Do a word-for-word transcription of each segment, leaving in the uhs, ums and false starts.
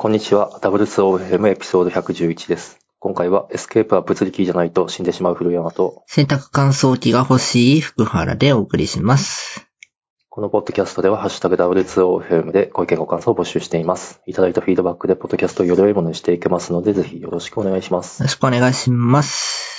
こんにちは。ダブルツーオーエフエム エピソードひゃくじゅういちです。今回はエスケープは物理キーじゃないと死んでしまう古山と洗濯乾燥機が欲しい福原でお送りします。 このポッドキャストではハッシュタグ ダブルツーオーエフエム でご意見ご感想を募集しています。いただいたフィードバックでポッドキャストをより良いものにしていけますのでぜひよろしくお願いします。 よろしくお願いします。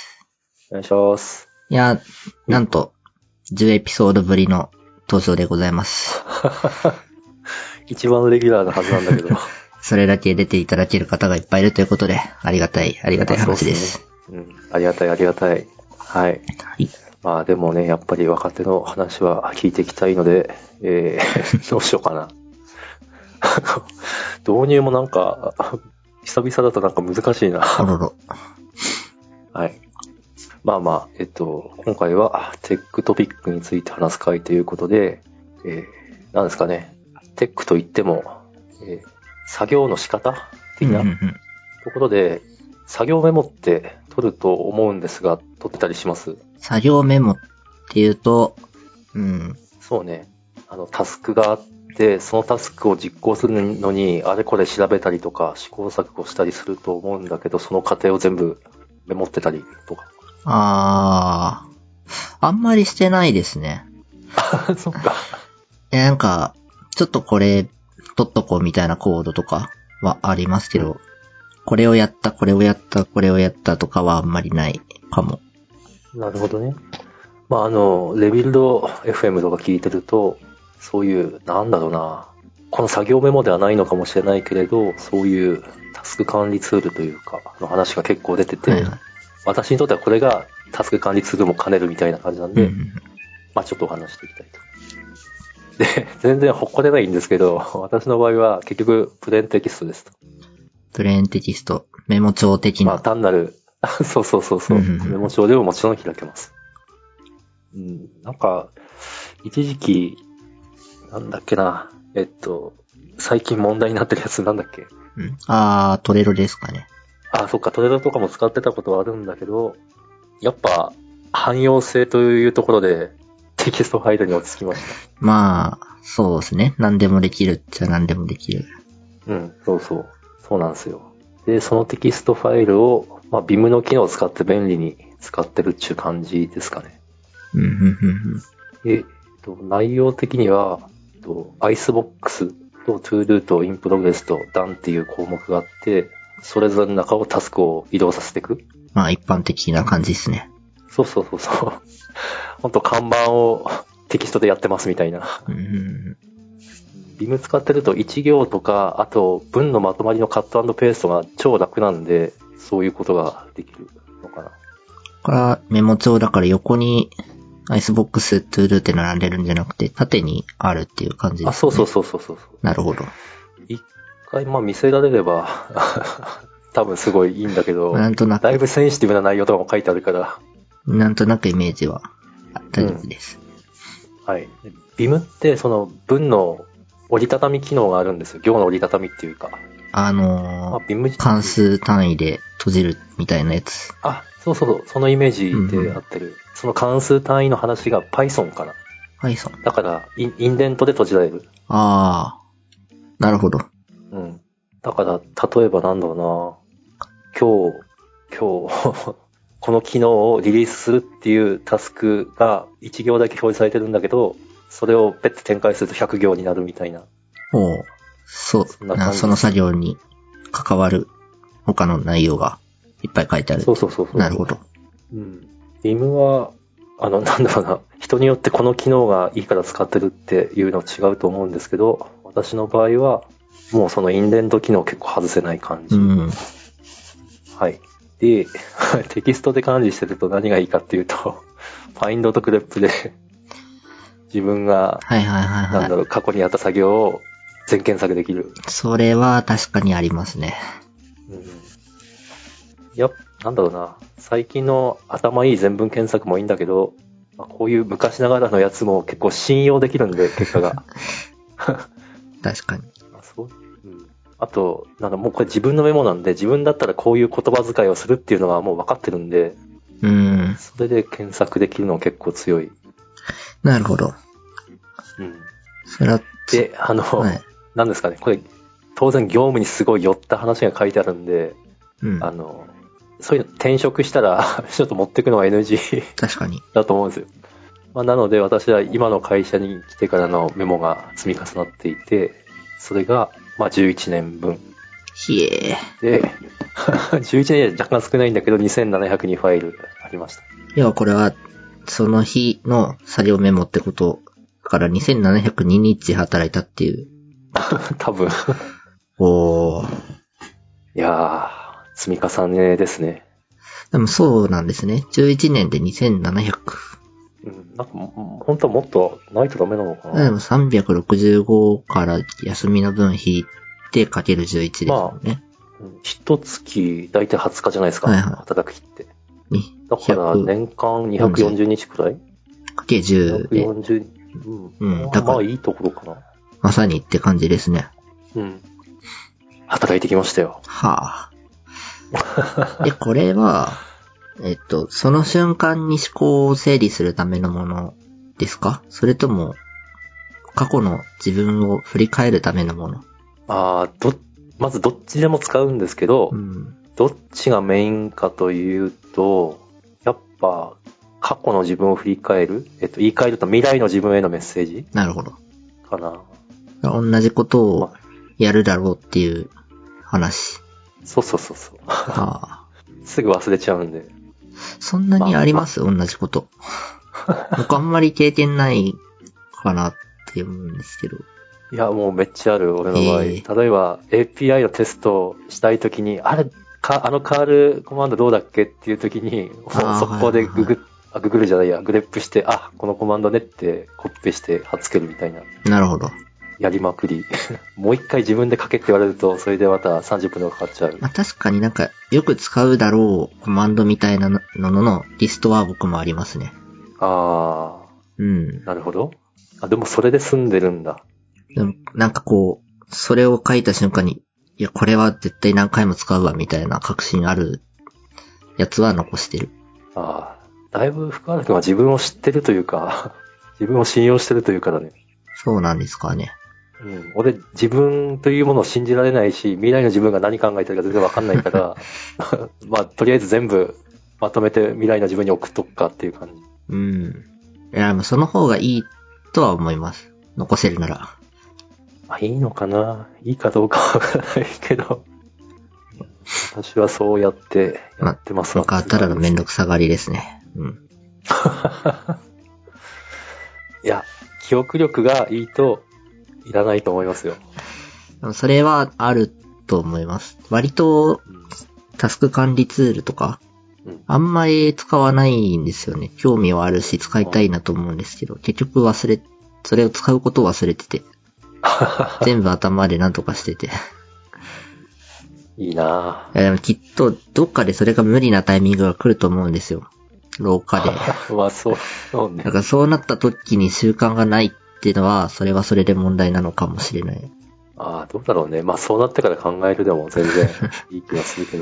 お願いします。 いや、なんとじゅうエピソードぶりの登場でございます。 一番レギュラーなはずなんだけど。 それだけ出ていただける方がいっぱいいるということで、ありがたい、ありがたい話です。 あ、そうですね。うん。ありがたい、ありがたい。はい。はい。まあでもね、やっぱり若手の話は聞いていきたいので、えー、どうしようかな。導入もなんか、久々だとなんか難しいな。 あらら。 はい。まあまあ、えっと、今回はテックトピックについて話す回ということで、えー、なんですかね。テックといっても、えー作業の仕方的なところで、作業メモって取ると思うんですが、取ってたりします？ 作業メモっていうと、うん。 そうね。あの、タスクがあって、そのタスクを実行するのに、あれこれ調べたりとか、試行錯誤したりすると思うんだけど、その過程を全部メモってたりとか。 あー、あんまりしてないですね。 あ、そっか。 え、なんか、ちょっとこれ、取っとこうみたいなコードとかはありますけど、うん、これをやった、これをやった、これをやったとかはあんまりないかも。 なるほどね。まあ、あの、レビルド エフエム とか聞いてると、そういう、なんだろうな、この作業メモではないのかもしれないけれど、そういうタスク管理ツールというか、の話が結構出てて、はいはい、私にとってはこれがタスク管理ツールも兼ねるみたいな感じなんで、うん、まあちょっとお話していきたいと。で、全然ほっこれないんですけど、私の場合は結局プレーンテキストですと。 プレーンテキスト、メモ帳的な。 まあ単なる、そうそうそうそう、メモ帳でももちろん開けます。うん、なんか、一時期、なんだっけな、えっと、最近問題になってるやつなんだっけ、 うん、あー、トレロですかね。 あ、そっか、トレロとかも使ってたことはあるんだけど、やっぱ、汎用性というところで、テキストファイルに落ち着きました。 まあ、そうですね。何でもできるっちゃ何でもできる。 うん、そうそう。そうなんですよ。で、そのテキストファイルを、まあ、ビム の機能を使って便利に使ってるっていう感じですかね。 うん、うん、うん。 えっと、内容的には、アイスボックスと ToDo と In Progress と Done っていう項目があって、それぞれの中をタスクを移動させていく。 まあ一般的な感じですね。 そうそうそうそう。ほんと看板をテキストでやってますみたいな。 うん、 ビム 使ってるといち行とか、あと文のまとまりのカット&ペーストが超楽なんで、そういうことができるのかな。 これはメモ帳だから横にアイスボックス、トゥードゥって並んでるんじゃなくて、縦にあるっていう感じですね。 あ、そうそうそうそうそう。 なるほど。 一回まあ見せられれば、多分すごいいいんだけど、 なんとなくだいぶセンシティブな内容とかも書いてあるから。 なんとなくイメージは大丈夫です。 うん、はい。ビムってその文の折りたたみ機能があるんですよ。行の折りたたみっていうか。 あのー、まあ、関数単位で閉じるみたいなやつ。 あ、そうそうそう。そのイメージで合ってる。うんうん、その関数単位の話が Python かな。 Python。 だから、イン、インデントで閉じられる。 ああ。なるほど。 うん。だから、例えばなんだろうな。今日、今日、この機能をリリースするっていうタスクがいち行だけ表示されてるんだけど、それをペッて展開するとひゃく行になるみたいな。 おう。そう。そんな感じ。その作業に関わる他の内容がいっぱい書いてある。 そうそうそうそう。 なるほど。 うん。ビム は、あの、なんだろうな。人によってこの機能がいいから使ってるっていうの違うと思うんですけど、私の場合は、もうそのインデント機能結構外せない感じ。うん。はい。で、テキストで管理してると何がいいかっていうと、Find と grep で、自分が、 はいはいはいはい。 なんだろう、過去にやった作業を全検索できる。 それは確かにありますね。 うん。いや、なんだろうな。最近の頭いい全文検索もいいんだけど、まあ、こういう昔ながらのやつも結構信用できるんで、結果が。 確かに。 あ、そう、うん。あと、なんかもうこれ自分のメモなんで、自分だったらこういう言葉遣いをするっていうのがもう分かってるんで、 うん。 それで検索できるのは結構強い。 なるほど。 うん。 それは、 で、あの、はい、なんですかね、これ、 当然業務にすごい寄った話が書いてあるんで、 うん。 あの、そういうの転職したら、ちょっと持ってくのは エヌジー確かに。 だと思うんですよ。まあ、なので私は今の会社に来てからのメモが積み重なっていて、それが、まあ、じゅういちねんぶん。 ひえで、じゅういちねんじゃ若干少ないんだけど、にせんななひゃくにファイルありました。 ー。要はこれは、その日の作業メモってことからにせんななひゃくににち働いたっていう。 多分。 おー。 いやー、積み重ねですね。 でもそうなんですね。じゅういちねんでにせんななひゃく。 うん、なんか、本当はもっとないとダメなのかな。 でもさんびゃくろくじゅうごから休みの分引いてかけるじゅういちですよね。 まあ、一月大体はつかじゃないですか。 はいはい。 働く日って。 にだから年間にひゃくよんじゅうにちくらいかけじゅうで。 にひゃくよんじゅう、うん。うん、だからまあいいところかな。 まさにって感じですね。 うん。働いてきましたよ。 はあ。で、これは、えっと、その瞬間に思考を整理するためのものですか？それとも、過去の自分を振り返るためのもの？ ああ、ど、まずどっちでも使うんですけど、 うん、 どっちがメインかというと、やっぱ、過去の自分を振り返る、えっと、言い換えると未来の自分へのメッセージなるほど。 かな。 同じことをやるだろうっていう話。 そうそうそうそう。 はあ、 すぐ忘れちゃうんで。 そんなにあります、ま、同じこと。僕あんまり経験ないかなって思うんですけど。 いや、もうめっちゃある、俺の場合。 えー、 例えば、エーピーアイ のテストをしたいときに、あれ、か、あのカールコマンドどうだっけっていうときに、速攻でググ、あ、ググるじゃないや、グレップして、あ、このコマンドねってコピペして貼っつけるみたいな。 なるほど。 やりまくり。もう一回自分で書けって言われると、それでまたさんじゅっぷんでかかっちゃう。 まあ、確かになんか、よく使うだろうコマンドみたいなのののリストは僕もありますね。 ああ。 うん。 なるほど。あ、でもそれで済んでるんだ。 でも、なんかこう、それを書いた瞬間に、いや、これは絶対何回も使うわ、みたいな確信あるやつは残してる。 ああ。だいぶ福原君は自分を知ってるというか、自分を信用してるというからね。 そうなんですかね。 うん。俺、自分というものを信じられないし、未来の自分が何考えてるか全然わかんないから、まあ、とりあえず全部まとめて未来の自分に送っとくかっていう感じ。 うん。いや、その方がいいとは思います。残せるなら。 あ、いいのかないいかどうかわからないけど。私はそうやってやってますわ。僕はただのめんどくさがりですね。うん。 いや、記憶力がいいといらないと思いますよ。 それはあると思います。割と、タスク管理ツールとか、うん、あんまり使わないんですよね。興味はあるし使いたいなと思うんですけど、結局忘れ、それを使うことを忘れてて。全部頭で何とかしてて。 いいなぁ。 いやでもきっとどっかでそれが無理なタイミングが来ると思うんですよ。廊下で。 まあそう、そうね。 だからそうなった時に習慣がないっていうのは、それはそれで問題なのかもしれない。 ああ、どうだろうね。まあそうなってから考えるでも全然いい気がするけど。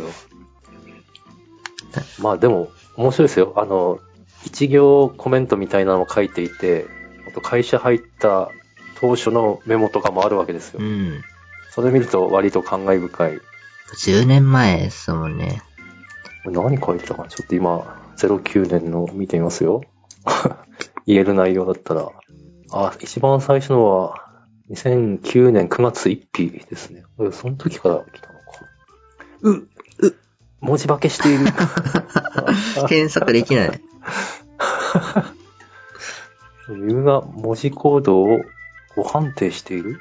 まあでも面白いですよ。あの、一行コメントみたいなのを書いていて、あと会社入った当初のメモとかもあるわけですよ。 うん。 それ見ると割と感慨深い。 じゅうねんまえですもんね。 何書いてたかなちょっと今、ゼロきゅうねんの見てみますよ。言える内容だったら。あ、一番最初のは、にせんきゅうねんくがつついたちですね。その時から来たのか。う、う、文字化けしている。 検索できない。 自分が文字コードを誤判定している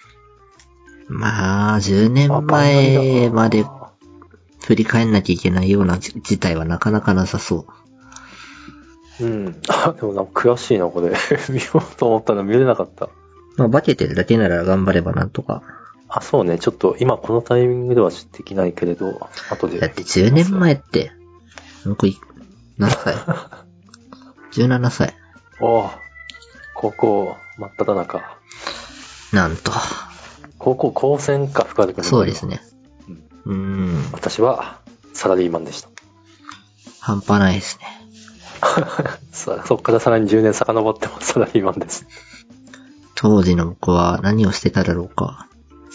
まあ、じゅうねんまえまで振り返んなきゃいけないような事態はなかなかなさそう。 うん。あ、でもなんか悔しいな、これ。見ようと思ったの見れなかった。 まあ、化けてるだけなら頑張ればなんとか。 あ、そうね。ちょっと今このタイミングではできないけれど、後で。 だってじゅうねんまえって、僕、何歳 ?じゅうなな 歳。 おぉ。高校真っ只中。 なんと。 高校高専か、深田君の。 そうですね。 うん。 うーん。 私はサラリーマンでした。 半端ないですね。 そ, そっからさらにじゅうねん遡ってもサラリーマンです。 当時の僕は何をしてただろうか。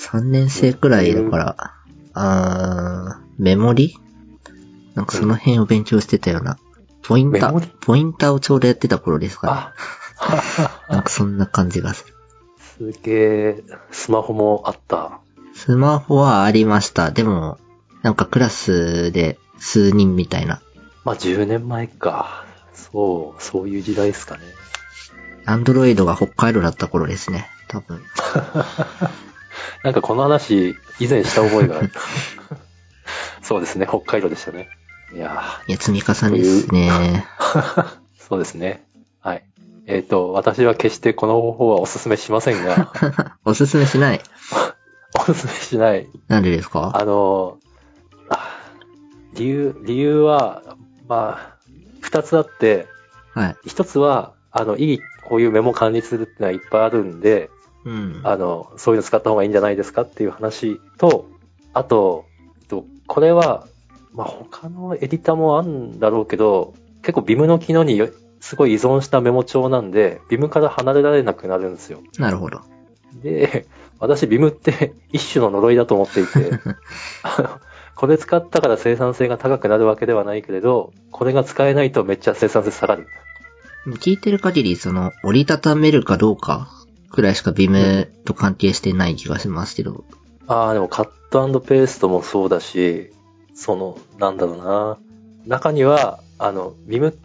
さんねん生くらいだから、あー、メモリなんかその辺を勉強してたような。ポインター、ポインターをちょうどやってた頃ですかね。なんかそんな感じがする。すげえ、スマホもあった。 スマホはありました。でも、なんかクラスで数人みたいな。 まあじゅうねんまえか。そう、そういう時代ですかね。 アンドロイドが北海道だった頃ですね。多分。 なんかこの話、以前した覚えがある。そうですね、北海道でしたね。いやいや、積み重ねですね。 そうですね。はい。えっと、私は決してこの方法はお勧めしませんが。 おすすめしない。 お勧めしない。 なんでですか？ あの、理由、理由は、まあ、二つあって、 はい。 一つは、あの、いい、こういうメモ管理ツールってのはいっぱいあるんで、 うん。 あの、そういうの使った方がいいんじゃないですかっていう話と、あと、これは、まあ、他のエディターもあるんだろうけど、結構 Vim の機能にすごい依存したメモ帳なんで、Vim から離れられなくなるんですよ。 なるほど。 で、私 Vim って一種の呪いだと思っていて、これ使ったから生産性が高くなるわけではないけれど、これが使えないとめっちゃ生産性下がる。 聞いてる限り、その、折りたためるかどうかくらいしか Vim と関係してない気がしますけど。うん、 ああ、でもカット&ペーストもそうだし、その、なんだろうな。中には、あの、Vim って、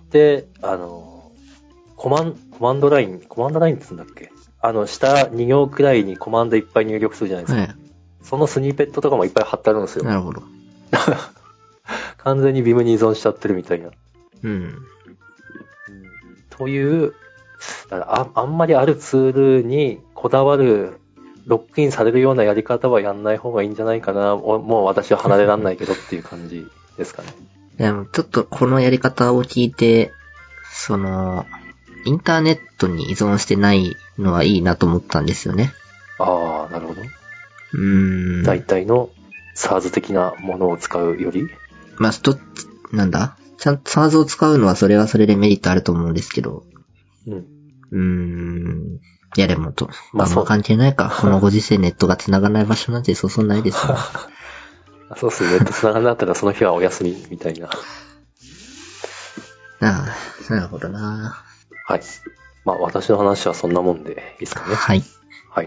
あの、コマン、コマンドライン、コマンドラインって言うんだっけ？あの、下に行くらいにコマンドいっぱい入力するじゃないですか。はい、そのスニーペットとかもいっぱい貼ってあるんですよ。 なるほど。 完全に Vim に依存しちゃってるみたいな。 うん。 という、だからあ、あんまりあるツールにこだわる、ロックインされるようなやり方はやんない方がいいんじゃないかな。もう私は離れらんないけどっていう感じですかね。 でもちょっとこのやり方を聞いて、その、インターネットに依存してないのはいいなと思ったんですよね。 ああ、なるほど。 うーん。 大体の SARS 的なものを使うよりまあ、どっち、なんだちゃんと SARS を使うのはそれはそれでメリットあると思うんですけど。 うん。 うーん。いやでもと、 まあ、 あんま関係ないか。このご時世ネットが繋がない場所なんてそうそうないですね。 そうっすね。ネット繋がんなかったらその日はお休みみたいな。 ああ、なるほどな。 はい。まあ私の話はそんなもんでいいですかね。 はい。 はい。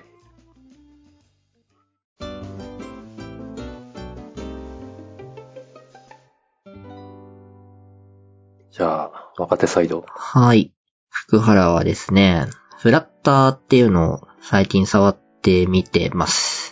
じゃあ、若手サイド。 はい。福原はですね、フラッターっていうのを最近触ってみてます。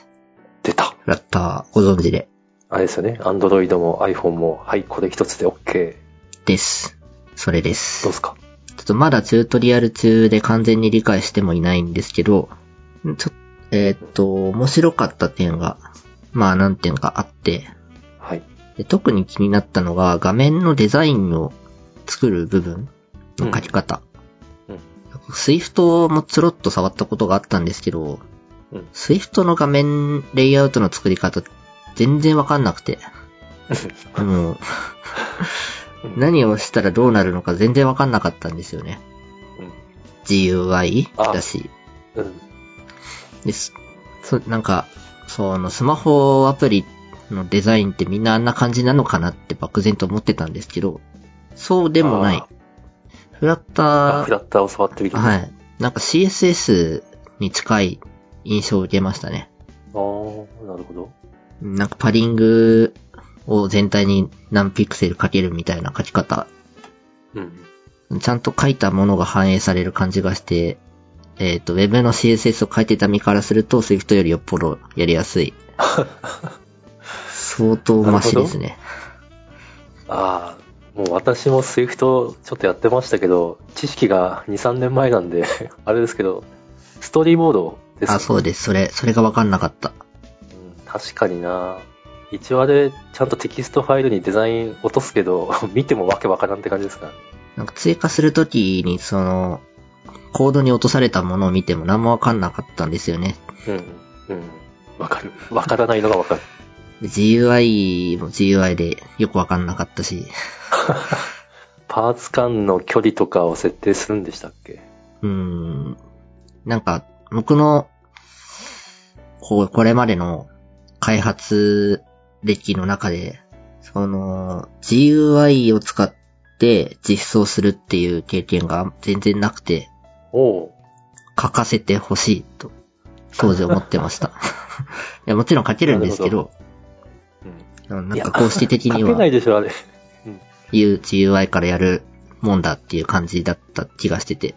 出た。 フラッターご存知で。 あれですよね。Android も iPhone も、はい、これ一つで OK。 です。それです。 どうすか？ ちょっとまだチュートリアル中で完全に理解してもいないんですけど、ちょえー、っと、面白かった点が、まあ何点かあって、 はい。 で特に気になったのが画面のデザインを作る部分の書き方。うんうん、Swift もちょろっと触ったことがあったんですけど、うん、Swift の画面レイアウトの作り方全然わかんなくて。もう何をしたらどうなるのか全然わかんなかったんですよね。うん、ジーユーアイ だし。うん、です。そ、なんか、そのスマホアプリのデザインってみんなあんな感じなのかなって漠然と思ってたんですけど、そうでもない。フラッター、 フラッターを触ってみる。 はい。なんか シーエスエス に近い印象を受けましたね。 ああ、なるほど。 なんかパリングを全体に何ピクセルかけるみたいな書き方。うん。ちゃんと書いたものが反映される感じがして、えっと、Web の シーエスエス を書いてた身からすると Swift よりよっぽどやりやすい。相当マシですね。 ああ、もう私も Swift ちょっとやってましたけど、知識がに、さんねんまえなんで、あれですけど、ストーリーボードです、ね。 あ、そうです。それ、それがわかんなかった。 うん、確かにな。一話でちゃんとテキストファイルにデザイン落とすけど、見てもわけわからんって感じですか？ なんか追加するときに、その、コードに落とされたものを見ても何もわかんなかったんですよね。 うん、うん。わかる。わからないのがわかる。 ジーユーアイ も ジーユーアイ でよくわかんなかったし。 パーツ間の距離とかを設定するんでしたっけ？ うーん。なんか、僕のこう、これまでの開発歴の中で、その、ジーユーアイ を使って実装するっていう経験が全然なくて、 おう。 書かせてほしいと、当時思ってました。いや、もちろん書けるんですけど、うん、なんか公式的には、 書けないでしょ、あれ。 ジーユーアイ からやるもんだっていう感じだった気がしてて。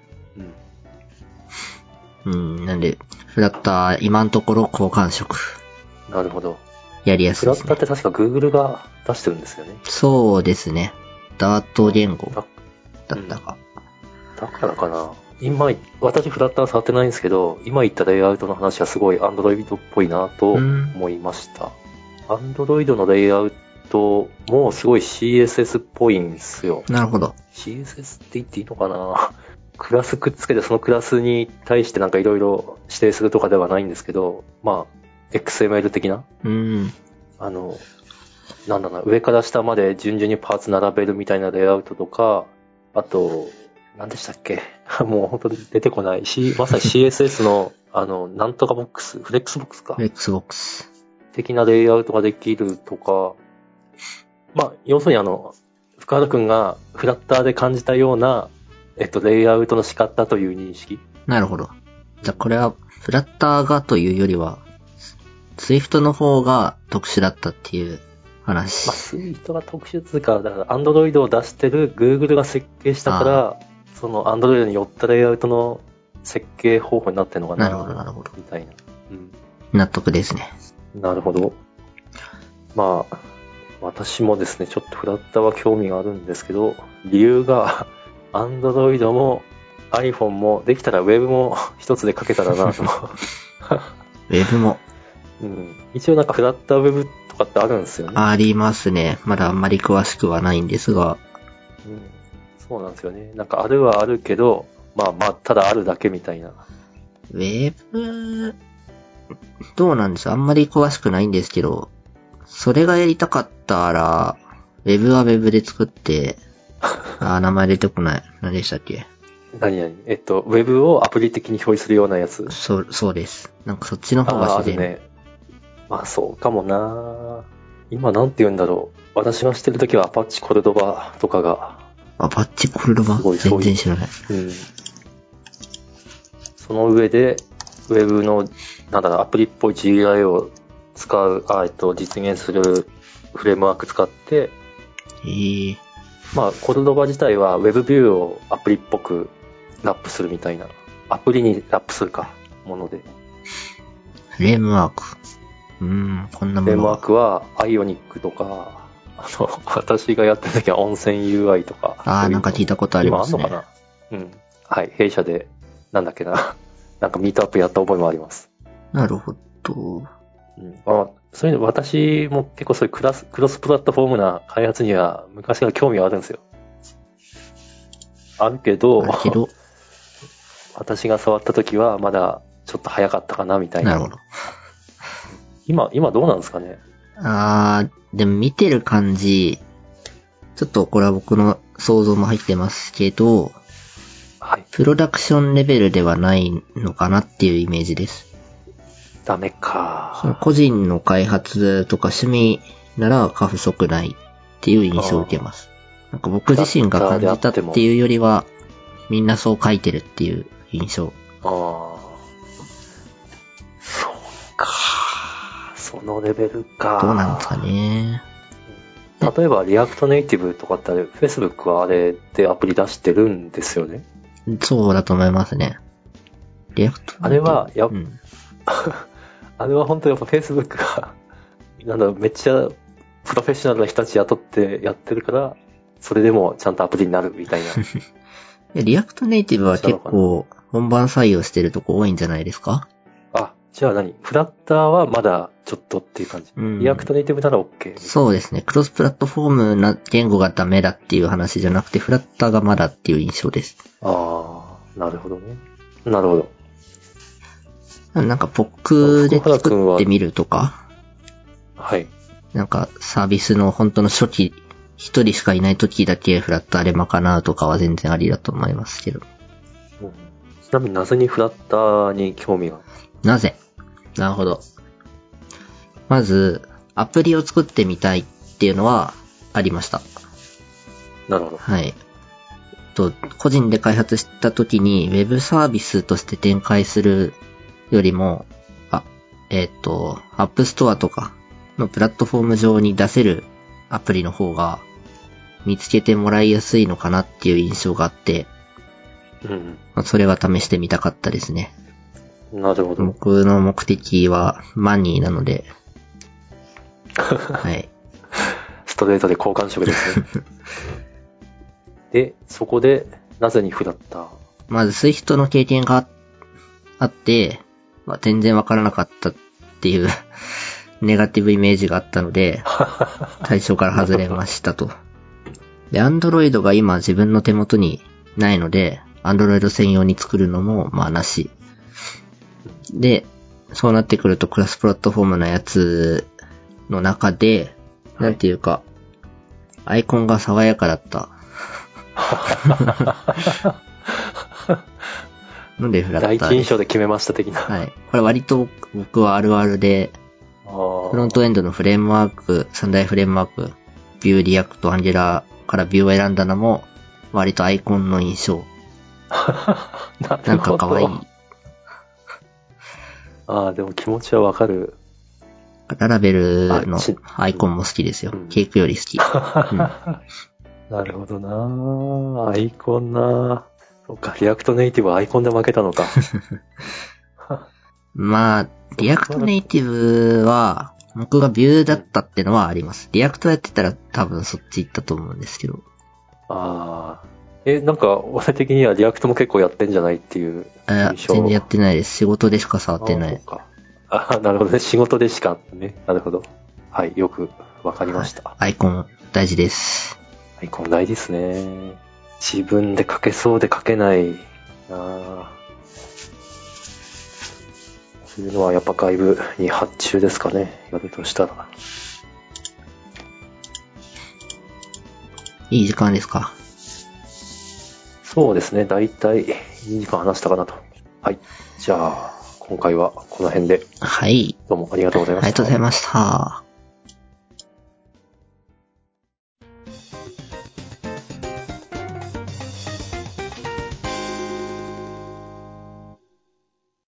うん。うん、なんで、フラッター、今のところ好感触。 なるほど。 やりやすいですね。 フラッターって確か Google が出してるんですよね。 そうですね。ダート言語だったか。 うん、だからかな。今、私フラッター触ってないんですけど、今言ったレイアウトの話はすごい Android っぽいなと思いました。Android のレイアウトもすごい シーエスエス っぽいんですよ。 なるほど。 シーエスエス って言っていいのかな。クラスくっつけてそのクラスに対してなんかいろいろ指定するとかではないんですけど、まあ、エックスエムエル 的な、 うん、 あの、なんだろうな、上から下まで順々にパーツ並べるみたいなレイアウトとか、あと、何でしたっけもう本当に出てこないし、まさに シーエスエス の、あの、なんとかボックス、フレックスボックスか。 フレックスボックス。 的なレイアウトができるとか、まあ、要するにあの、福原くんがフラッターで感じたような、えっと、レイアウトの仕方という認識。 なるほど。じゃあこれは、フラッターがというよりは、Swift の方が特殊だったっていう話。 まあ、Swift が特殊っていうか、だから Android を出してる Google が設計したから、その Android に寄ったレイアウトの設計方法になってるのかな。 なるほど、なるほど。 みたいな。うん。 納得ですね。 なるほど。まあ、私もですね、ちょっとフラッターは興味があるんですけど、理由が、Android も iPhone も、できたら Web も一つで書けたらなと。 Web も。 うん。一応なんかフラッター Web とかってあるんですよね。 ありますね。まだあんまり詳しくはないんですが。 うん。そうなんですよね。なんかあるはあるけど、まあまあ、ただあるだけみたいな。 Web、どうなんです？あんまり詳しくないんですけど、それがやりたかったら、Web は Web で作って、あー、名前出てこない。何でしたっけ？ 何々えっと、Web をアプリ的に表示するようなやつ。 そう、そうです。なんかそっちの方が自然。 ああ、あるね。まあそうかもな。今なんて言うんだろう。私が知ってるときはアパッチコルドバとかが。 アパッチコルドバ全然知らない。 うん。その上で、Web の、なんだろう、アプリっぽい ジーユーアイ を使う、あえっと、実現するフレームワーク使って、 えー、 まあ、コルドバ自体は Web ビューをアプリっぽくラップするみたいな。アプリにラップするか、もので。 フレームワーク。うーん、こんなもの。 フレームワークは、アイオニックとか、あの、私がやってる時は温泉 ユーアイ とか。 ああ、なんか聞いたことありますね。 今あんのかな？うん。はい、弊社で、なんだっけな。なんかミートアップやった覚えもあります。 なるほど。 うん、まあ、そういうの、私も結構そういうクラス、クロスプラットフォームな開発には昔から興味はあるんですよ。あるけど、 あるけど私が触った時はまだちょっと早かったかなみたいな。 なるほど。 今、今どうなんですかね。 あー、でも見てる感じ、ちょっとこれは僕の想像も入ってますけど、 はい。 プロダクションレベルではないのかなっていうイメージです。 ダメか。 その個人の開発とか趣味なら過不足ないっていう印象を受けます。なんか僕自身が感じたっていうよりは、みんなそう書いてるっていう印象。 ああ。そうか。そのレベルか。 どうなんですかね。 例えばリアクトネイティブとかってあれ、Facebook はあれでアプリ出してるんですよね。 そうだと思いますね。リアクトあれは、や、 うん、 あれは本当にやっぱ Facebook が、なんだろう、めっちゃプロフェッショナルな人たち雇ってやってるから、それでもちゃんとアプリになるみたいな。 リアクトネイティブは結構本番採用してるとこ多いんじゃないですか？ あ、じゃあ何フラッターはまだちょっとっていう感じ。うん、リアクトネイティブなら OK。 そうですね。クロスプラットフォームな言語がダメだっていう話じゃなくて、フラッターがまだっていう印象です。 ああ、なるほどね。なるほど。 なんか、ポックで作ってみるとか。 はい。 なんか、サービスの本当の初期、一人しかいない時だけフラッターで賄うとかは全然ありだと思いますけど。 うん、ちなみになぜにフラッターに興味が？ なぜ？ なるほど。まず、アプリを作ってみたいっていうのはありました。 なるほど。 はい。と、個人で開発した時に、ウェブサービスとして展開するよりも、あ、えっと、アップストアとかのプラットフォーム上に出せるアプリの方が、見つけてもらいやすいのかなっていう印象があって、 うん。 まあ、それは試してみたかったですね。 なるほど。 僕の目的はマニーなので、はい。 ストレートで好感触ですね。で、そこで、なぜにフラッター？ まず、スイフトの経験があって、まあ、全然わからなかったっていう、ネガティブイメージがあったので、対象から外れましたと。で、Android が今自分の手元にないので、Android 専用に作るのも、まあ、なし。で、そうなってくると、クラスプラットフォームのやつの中で、なんていうか、アイコンが爽やかだった。のでフラッターです。 第一印象で決めました的な。 はい。これ割と僕はあるあるで、フロントエンドのフレームワーク、三大フレームワーク、ビュー、リアクト、アンジェラからビューを選んだのも、割とアイコンの印象。 な, なんか可愛い。 ああ、でも気持ちはわかる。 ララベルのアイコンも好きですよ。うん、ケークより好き。うん、 なるほどな、アイコンな。そっか、リアクトネイティブはアイコンで負けたのか。 まあ、リアクトネイティブは、僕がビューだったってのはあります。リアクトやってたら多分そっち行ったと思うんですけど。 ああ。え、なんか、俺的にはリアクトも結構やってんじゃないっていう印象。 全然やってないです。仕事でしか触ってない。 ああ、なるほどね。仕事でしかね。なるほど。はい、よくわかりました、はい。 アイコン大事です。 アイコン大事ですね。自分で書けそうで書けないなぁ。というのはやっぱ外部に発注ですかね。やるとしたら。 いい時間ですか？ そうですね。だいたいにじかん話したかなと。はい。じゃあ、今回はこの辺で。 はい。 どうもありがとうございました。 ありがとうございました。